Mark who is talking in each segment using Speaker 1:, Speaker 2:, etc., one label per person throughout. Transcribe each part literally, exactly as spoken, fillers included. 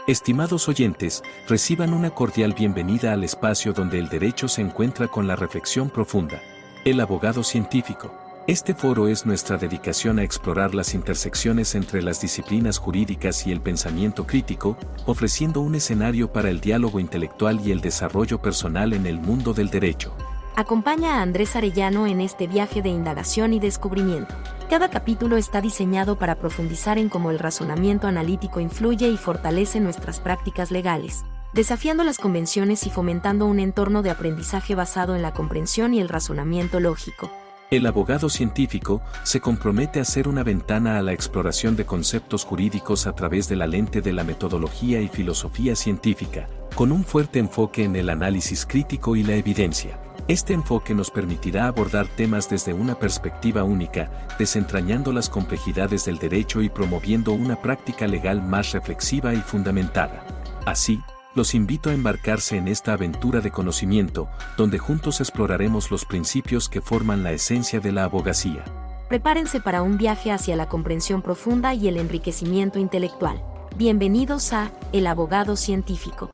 Speaker 1: Estimados oyentes, reciban una cordial bienvenida al espacio donde el derecho se encuentra con la reflexión profunda. El abogado científico. Este foro es nuestra dedicación a explorar las intersecciones entre las disciplinas jurídicas y el pensamiento crítico, ofreciendo un escenario para el diálogo intelectual y el desarrollo personal en el mundo del derecho.
Speaker 2: Acompaña a Andrés Arellano en este viaje de indagación y descubrimiento. Cada capítulo está diseñado para profundizar en cómo el razonamiento analítico influye y fortalece nuestras prácticas legales, desafiando las convenciones y fomentando un entorno de aprendizaje basado en la comprensión y el razonamiento lógico.
Speaker 1: El abogado científico se compromete a ser una ventana a la exploración de conceptos jurídicos a través de la lente de la metodología y filosofía científica, con un fuerte enfoque en el análisis crítico y la evidencia. Este enfoque nos permitirá abordar temas desde una perspectiva única, desentrañando las complejidades del derecho y promoviendo una práctica legal más reflexiva y fundamentada. Así, los invito a embarcarse en esta aventura de conocimiento, donde juntos exploraremos los principios que forman la esencia de la abogacía.
Speaker 2: Prepárense para un viaje hacia la comprensión profunda y el enriquecimiento intelectual. Bienvenidos a El Abogado Científico.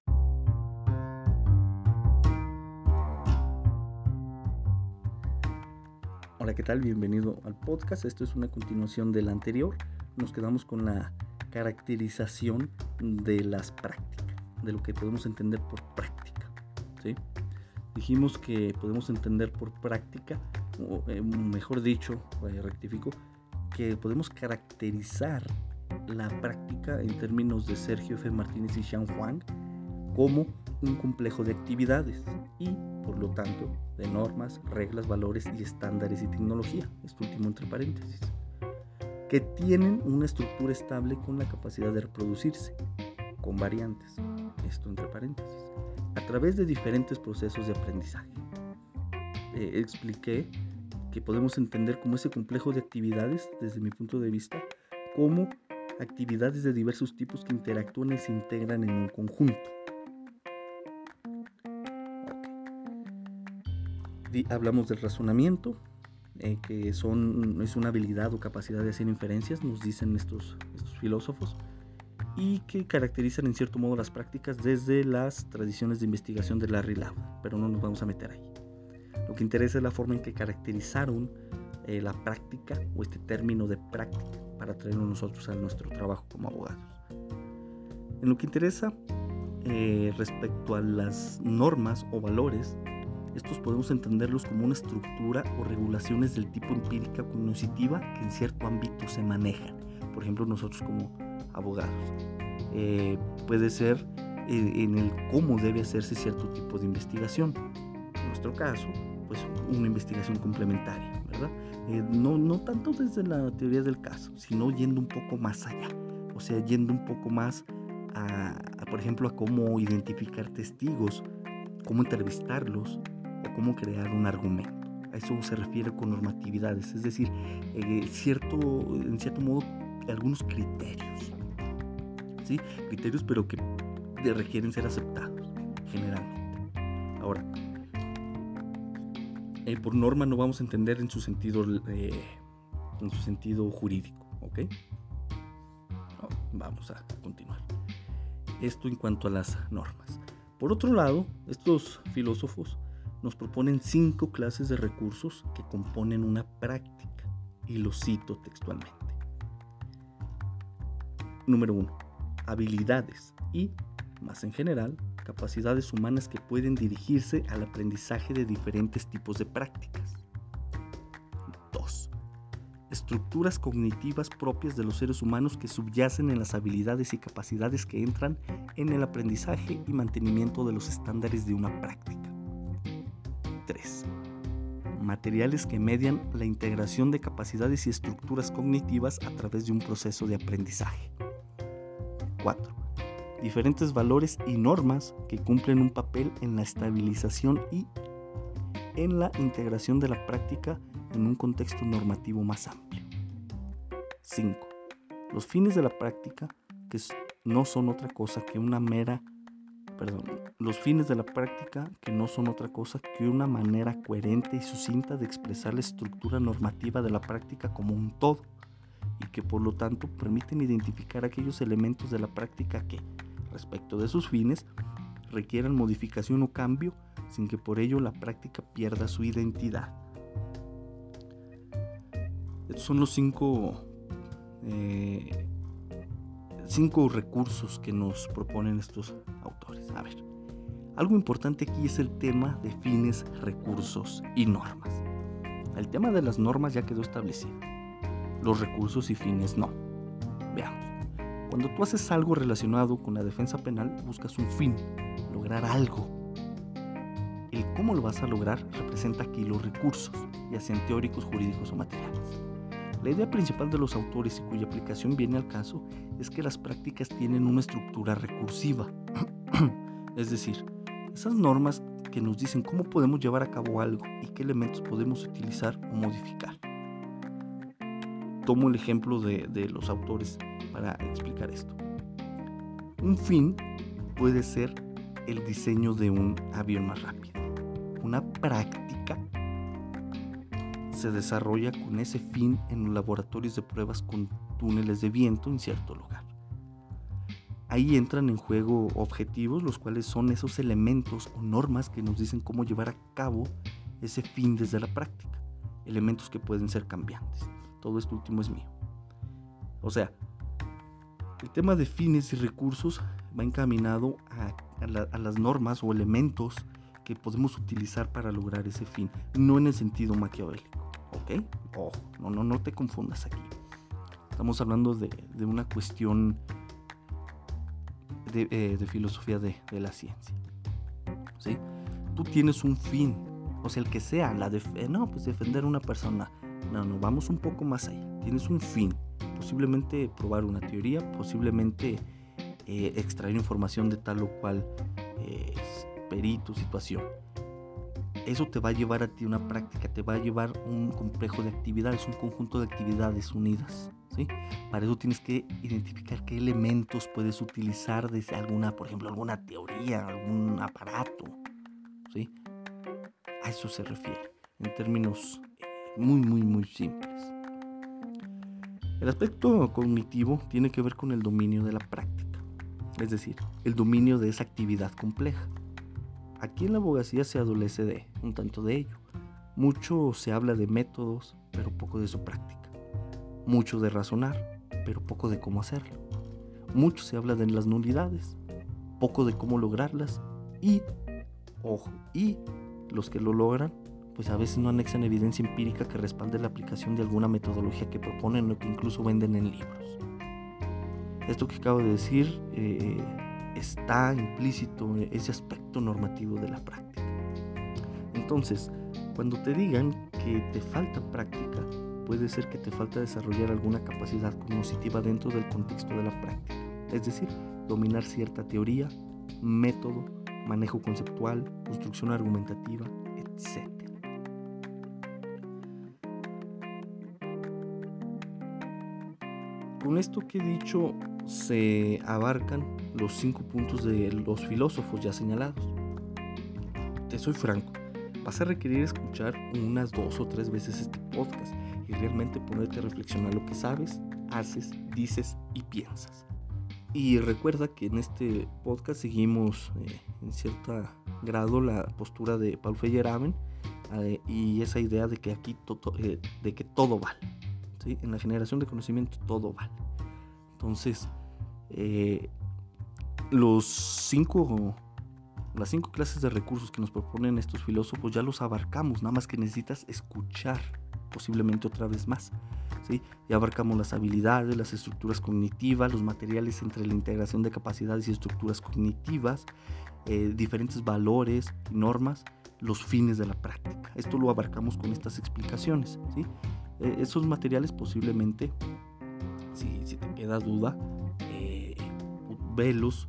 Speaker 3: Hola, ¿qué tal? Bienvenido al podcast. Esto es una continuación del anterior. Nos quedamos con la caracterización de las prácticas, de lo que podemos entender por práctica, ¿sí? Dijimos que podemos entender por práctica, o eh, mejor dicho, eh, rectifico, que podemos caracterizar la práctica en términos de Sergio F. Martínez y Xiang Huang como un complejo de actividades y, por lo tanto, de normas, reglas, valores y estándares y tecnología, esto último entre paréntesis, que tienen una estructura estable con la capacidad de reproducirse, con variantes, esto entre paréntesis, a través de diferentes procesos de aprendizaje. Eh, expliqué que podemos entender como ese complejo de actividades, desde mi punto de vista, como actividades de diversos tipos que interactúan y se integran en un conjunto. Hablamos del razonamiento, eh, que son, es una habilidad o capacidad de hacer inferencias, nos dicen estos, estos filósofos, y que caracterizan en cierto modo las prácticas desde las tradiciones de investigación de Larry Lau, pero no nos vamos a meter ahí. Lo que interesa es la forma en que caracterizaron eh, la práctica o este término de práctica para traerlo nosotros a nuestro trabajo como abogados. En lo que interesa eh, respecto a las normas o valores, estos podemos entenderlos como una estructura o regulaciones del tipo empírica cognitiva que en cierto ámbito se manejan. Por ejemplo, nosotros como abogados. Eh, puede ser eh, en el cómo debe hacerse cierto tipo de investigación. En nuestro caso, pues una investigación complementaria, ¿verdad? Eh, no, no tanto desde la teoría del caso, sino yendo un poco más allá. O sea, yendo un poco más a, a por ejemplo, a cómo identificar testigos, cómo entrevistarlos, cómo crear un argumento. A eso se refiere con normatividades, es decir, eh, cierto, en cierto modo, algunos criterios, ¿sí? Criterios, pero que requieren ser aceptados, generalmente. Ahora, eh, por norma no vamos a entender en su sentido, eh, en su sentido jurídico, ¿ok? No, vamos a continuar. Esto en cuanto a las normas. Por otro lado, estos filósofos nos proponen cinco clases de recursos que componen una práctica, y los cito textualmente. Número uno, habilidades y, más en general, capacidades humanas que pueden dirigirse al aprendizaje de diferentes tipos de prácticas. Dos, estructuras cognitivas propias de los seres humanos que subyacen en las habilidades y capacidades que entran en el aprendizaje y mantenimiento de los estándares de una práctica. tres. Materiales que median la integración de capacidades y estructuras cognitivas a través de un proceso de aprendizaje. cuatro. Diferentes valores y normas que cumplen un papel en la estabilización y en la integración de la práctica en un contexto normativo más amplio. cinco. Los fines de la práctica, que no son otra cosa que una mera Perdón, los fines de la práctica que no son otra cosa que una manera coherente y sucinta de expresar la estructura normativa de la práctica como un todo y que por lo tanto permiten identificar aquellos elementos de la práctica que, respecto de sus fines requieran modificación o cambio sin que por ello la práctica pierda su identidad. Estos son los cinco, eh, cinco recursos que nos proponen estos autores. A ver, algo importante aquí es el tema de fines, recursos y normas. El tema de las normas ya quedó establecido. Los recursos y fines no. Veamos. Cuando tú haces algo relacionado con la defensa penal, buscas un fin, lograr algo. El cómo lo vas a lograr representa aquí los recursos, ya sean teóricos, jurídicos o materiales. La idea principal de los autores y cuya aplicación viene al caso es que las prácticas tienen una estructura recursiva. Es decir, esas normas que nos dicen cómo podemos llevar a cabo algo y qué elementos podemos utilizar o modificar. Tomo el ejemplo de, de los autores para explicar esto. Un fin puede ser el diseño de un avión más rápido. Una práctica se desarrolla con ese fin en los laboratorios de pruebas con túneles de viento en cierto lugar. Ahí entran en juego objetivos, los cuales son esos elementos o normas que nos dicen cómo llevar a cabo ese fin desde la práctica. Elementos que pueden ser cambiantes. Todo esto último es mío. O sea, el tema de fines y recursos va encaminado a, a, la, a las normas o elementos que podemos utilizar para lograr ese fin, no en el sentido maquiavélico, ¿ok? Ojo, no, no, no te confundas aquí. Estamos hablando de, de una cuestión de, eh, de filosofía de, de la ciencia, ¿sí? Tú tienes un fin, o sea, el que sea, la def- no, pues defender a una persona. No, no, vamos un poco más allá. Tienes un fin, posiblemente probar una teoría, posiblemente eh, extraer información de tal o cual eh, perito, situación. Eso te va a llevar a ti una práctica, te va a llevar un complejo de actividades, un conjunto de actividades unidas, ¿sí? Para eso tienes que identificar qué elementos puedes utilizar desde alguna, por ejemplo, alguna teoría, algún aparato, ¿sí? A eso se refiere, en términos muy, muy, muy simples. El aspecto cognitivo tiene que ver con el dominio de la práctica, es decir, el dominio de esa actividad compleja. Aquí en la abogacía se adolece de un tanto de ello. Mucho se habla de métodos, pero poco de su práctica. Mucho de razonar, pero poco de cómo hacerlo. Mucho se habla de las nulidades, poco de cómo lograrlas y, ojo, y los que lo logran, pues a veces no anexan evidencia empírica que respalde la aplicación de alguna metodología que proponen o que incluso venden en libros. Esto que acabo de decir eh, está implícito en ese aspecto normativo de la práctica. Entonces, cuando te digan que te falta práctica, puede ser que te falta desarrollar alguna capacidad cognitiva dentro del contexto de la práctica, es decir, dominar cierta teoría, método, manejo conceptual, construcción argumentativa, etcétera. Con esto que he dicho, se abarcan los cinco puntos de los filósofos ya señalados. Te soy franco, vas a requerir escuchar unas dos o tres veces este podcast y realmente ponerte a reflexionar lo que sabes, haces, dices y piensas. Y recuerda que en este podcast seguimos eh, en cierto grado la postura de Paul Feyerabend eh, y esa idea de que aquí to- to- eh, de que todo vale. ¿Sí? En la generación de conocimiento todo vale. Entonces, eh, los cinco, las cinco clases de recursos que nos proponen estos filósofos ya los abarcamos, nada más que necesitas escuchar posiblemente otra vez más, ¿sí? Ya abarcamos las habilidades, las estructuras cognitivas, los materiales entre la integración de capacidades y estructuras cognitivas, eh, diferentes valores y normas, los fines de la práctica. Esto lo abarcamos con estas explicaciones, ¿sí? Eh, esos materiales posiblemente, si, si te queda duda, eh, velos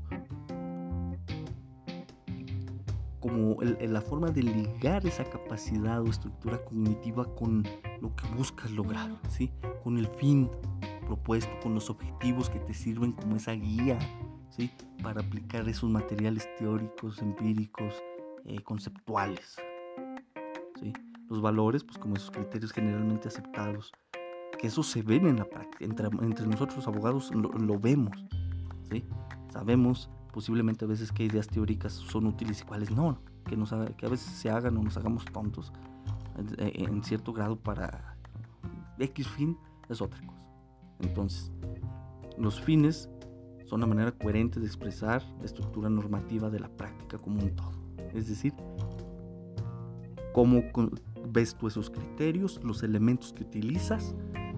Speaker 3: como el, el, la forma de ligar esa capacidad o estructura cognitiva con lo que buscas lograr, ¿sí? Con el fin propuesto, con los objetivos que te sirven como esa guía, ¿sí? Para aplicar esos materiales teóricos, empíricos, eh, conceptuales, ¿sí? Los valores, pues como esos criterios generalmente aceptados, que eso se ven en la práctica, entre, entre nosotros los abogados lo, lo vemos, ¿sí? Sabemos posiblemente a veces qué ideas teóricas son útiles y cuáles no, que, nos haga, que a veces se hagan o nos hagamos tontos en, en cierto grado para X fin es otra cosa. Entonces, los fines son una manera coherente de expresar la estructura normativa de la práctica como un todo. Es decir, cómo ves tú esos criterios, los elementos que utilizas,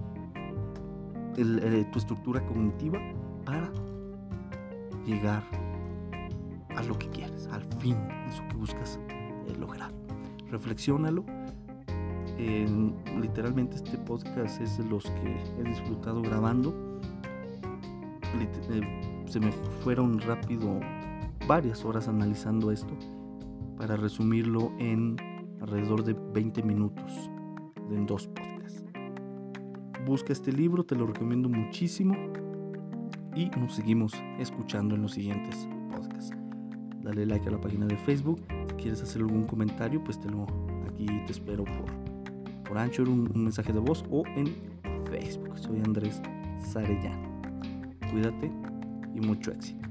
Speaker 3: el, el, tu estructura cognitiva para llegar a lo que quieres, al fin, eso que buscas eh, lograr. Reflexiónalo. Eh, literalmente este podcast es de los que he disfrutado grabando. Lit- eh, se me fueron rápido varias horas analizando esto para resumirlo en alrededor de veinte minutos en dos podcasts. Busca este libro, te lo recomiendo muchísimo y nos seguimos escuchando en los siguientes podcasts. Dale like a la página de Facebook. Si quieres hacer algún comentario, pues te lo, aquí te espero por, por Anchor, un, un mensaje de voz o en Facebook. Soy Andrés Sarellano. Cuídate y mucho éxito.